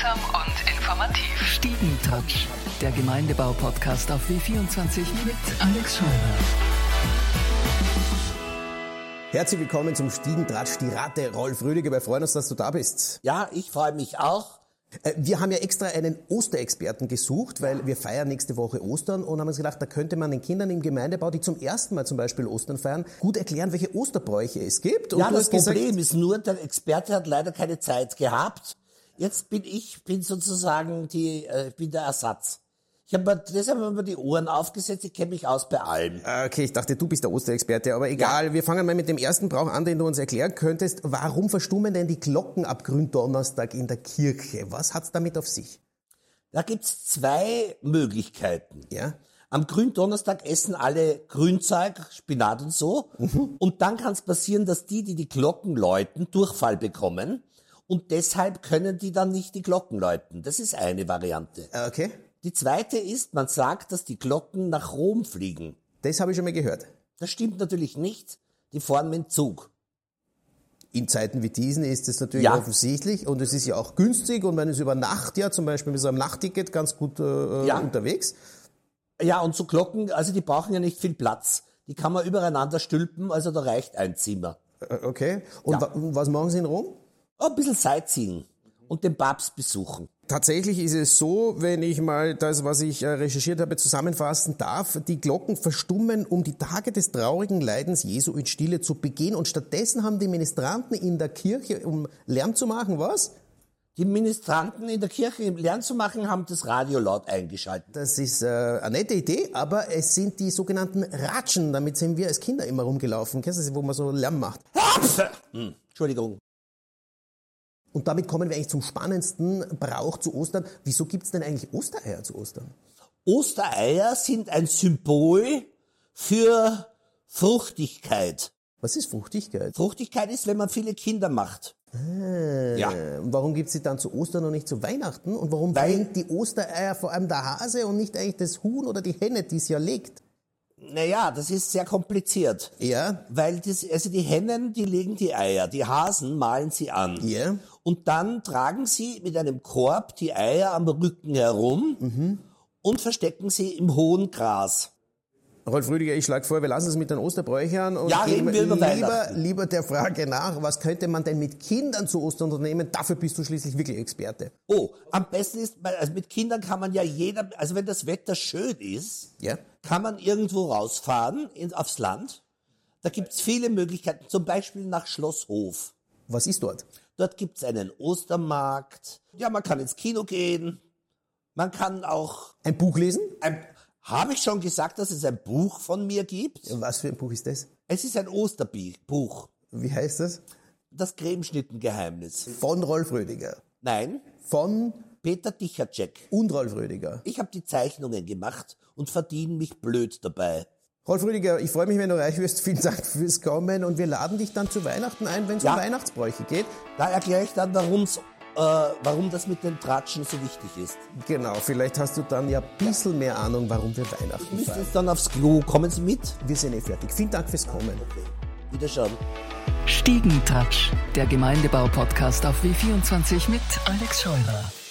Unterhaltsam und informativ. Stiegentouch, der Gemeindebau-Podcast auf W24 mit Alex Scheurer. Herzlich willkommen zum Stiegentratsch, die Rate. Rolf Rüdiger, wir freuen uns, dass du da bist. Ja, ich freue mich auch. Wir haben ja extra einen Osterexperten gesucht, weil wir feiern nächste Woche Ostern und haben uns gedacht, da könnte man den Kindern im Gemeindebau, die zum ersten Mal zum Beispiel Ostern feiern, gut erklären, welche Osterbräuche es gibt. Und ja, das Problem ist nur, der Experte hat leider keine Zeit gehabt. Jetzt bin sozusagen bin der Ersatz. Deshalb haben wir die Ohren aufgesetzt, ich kenne mich aus bei allem. Okay, ich dachte, du bist der Osterexperte, aber egal. Ja. Wir fangen mal mit dem ersten Brauch an, den du uns erklären könntest. Warum verstummen denn die Glocken ab Gründonnerstag in der Kirche? Was hat's damit auf sich? Da gibt's zwei Möglichkeiten. Ja. Am Gründonnerstag essen alle Grünzeug, Spinat und so. Und dann kann es passieren, dass die Glocken läuten, Durchfall bekommen. Und deshalb können die dann nicht die Glocken läuten. Das ist eine Variante. Okay. Die zweite ist, man sagt, dass die Glocken nach Rom fliegen. Das habe ich schon mal gehört. Das stimmt natürlich nicht. Die fahren mit dem Zug. In Zeiten wie diesen ist es natürlich offensichtlich und es ist ja auch günstig und man ist über Nacht zum Beispiel mit so einem Nachtticket ganz gut unterwegs. Ja, und so Glocken, also die brauchen ja nicht viel Platz. Die kann man übereinander stülpen, also da reicht ein Zimmer. Okay. Und was machen Sie in Rom? Ein bisschen Sightseeing und den Papst besuchen. Tatsächlich ist es so, wenn ich mal das, was ich recherchiert habe, zusammenfassen darf, die Glocken verstummen, um die Tage des traurigen Leidens Jesu in Stille zu begehen. Und stattdessen haben die Ministranten in der Kirche, um Lärm zu machen, was? Die Ministranten in der Kirche, um Lärm zu machen, haben das Radio laut eingeschaltet. Das ist eine nette Idee, aber es sind die sogenannten Ratschen. Damit sind wir als Kinder immer rumgelaufen. Kennst du das, wo man so Lärm macht? Entschuldigung. Und damit kommen wir eigentlich zum spannendsten Brauch zu Ostern. Wieso gibt's denn eigentlich Ostereier zu Ostern? Ostereier sind ein Symbol für Fruchtigkeit. Was ist Fruchtigkeit? Fruchtigkeit ist, wenn man viele Kinder macht. Ja. Und warum gibt's sie dann zu Ostern und nicht zu Weihnachten? Und warum bringt die Ostereier vor allem der Hase und nicht eigentlich das Huhn oder die Henne, die es ja legt? Naja, das ist sehr kompliziert. Ja. Weil die Hennen, die legen die Eier, die Hasen malen sie an. Ja. Und dann tragen sie mit einem Korb die Eier am Rücken herum und verstecken sie im hohen Gras. Rolf Rüdiger, ich schlage vor, wir lassen es mit den Osterbräuchern und reden wir über Weihnachten. Lieber der Frage nach, was könnte man denn mit Kindern zu Ostern unternehmen? Dafür bist du schließlich wirklich Experte. Oh, am besten ist, also mit Kindern kann man ja also wenn das Wetter schön ist, kann man irgendwo rausfahren aufs Land. Da gibt's viele Möglichkeiten, zum Beispiel nach Schloss Hof. Was ist dort? Dort gibt's einen Ostermarkt. Ja, man kann ins Kino gehen. Man kann auch... Ein Buch lesen? Habe ich schon gesagt, dass es ein Buch von mir gibt? Was für ein Buch ist das? Es ist ein Osterbuch. Wie heißt das? Das Cremeschnittengeheimnis. Von Rolf Rüdiger? Nein. Von? Peter Dichacek. Und Rolf Rüdiger? Ich habe die Zeichnungen gemacht und verdiene mich blöd dabei. Rolf Rüdiger, ich freue mich, wenn du reich wirst. Vielen Dank fürs Kommen und wir laden dich dann zu Weihnachten ein, wenn es um Weihnachtsbräuche geht. Da erkläre ich dann, warum das mit den Tratschen so wichtig ist. Genau, vielleicht hast du dann ja ein bisschen mehr Ahnung, warum wir Weihnachten feiern. Ich müsste jetzt dann aufs Klo. Kommen Sie mit? Wir sind fertig. Vielen Dank fürs Kommen. Okay. Wiederschauen. Stiegentouch, der Gemeindebau-Podcast auf W24 mit Alex Scheurer.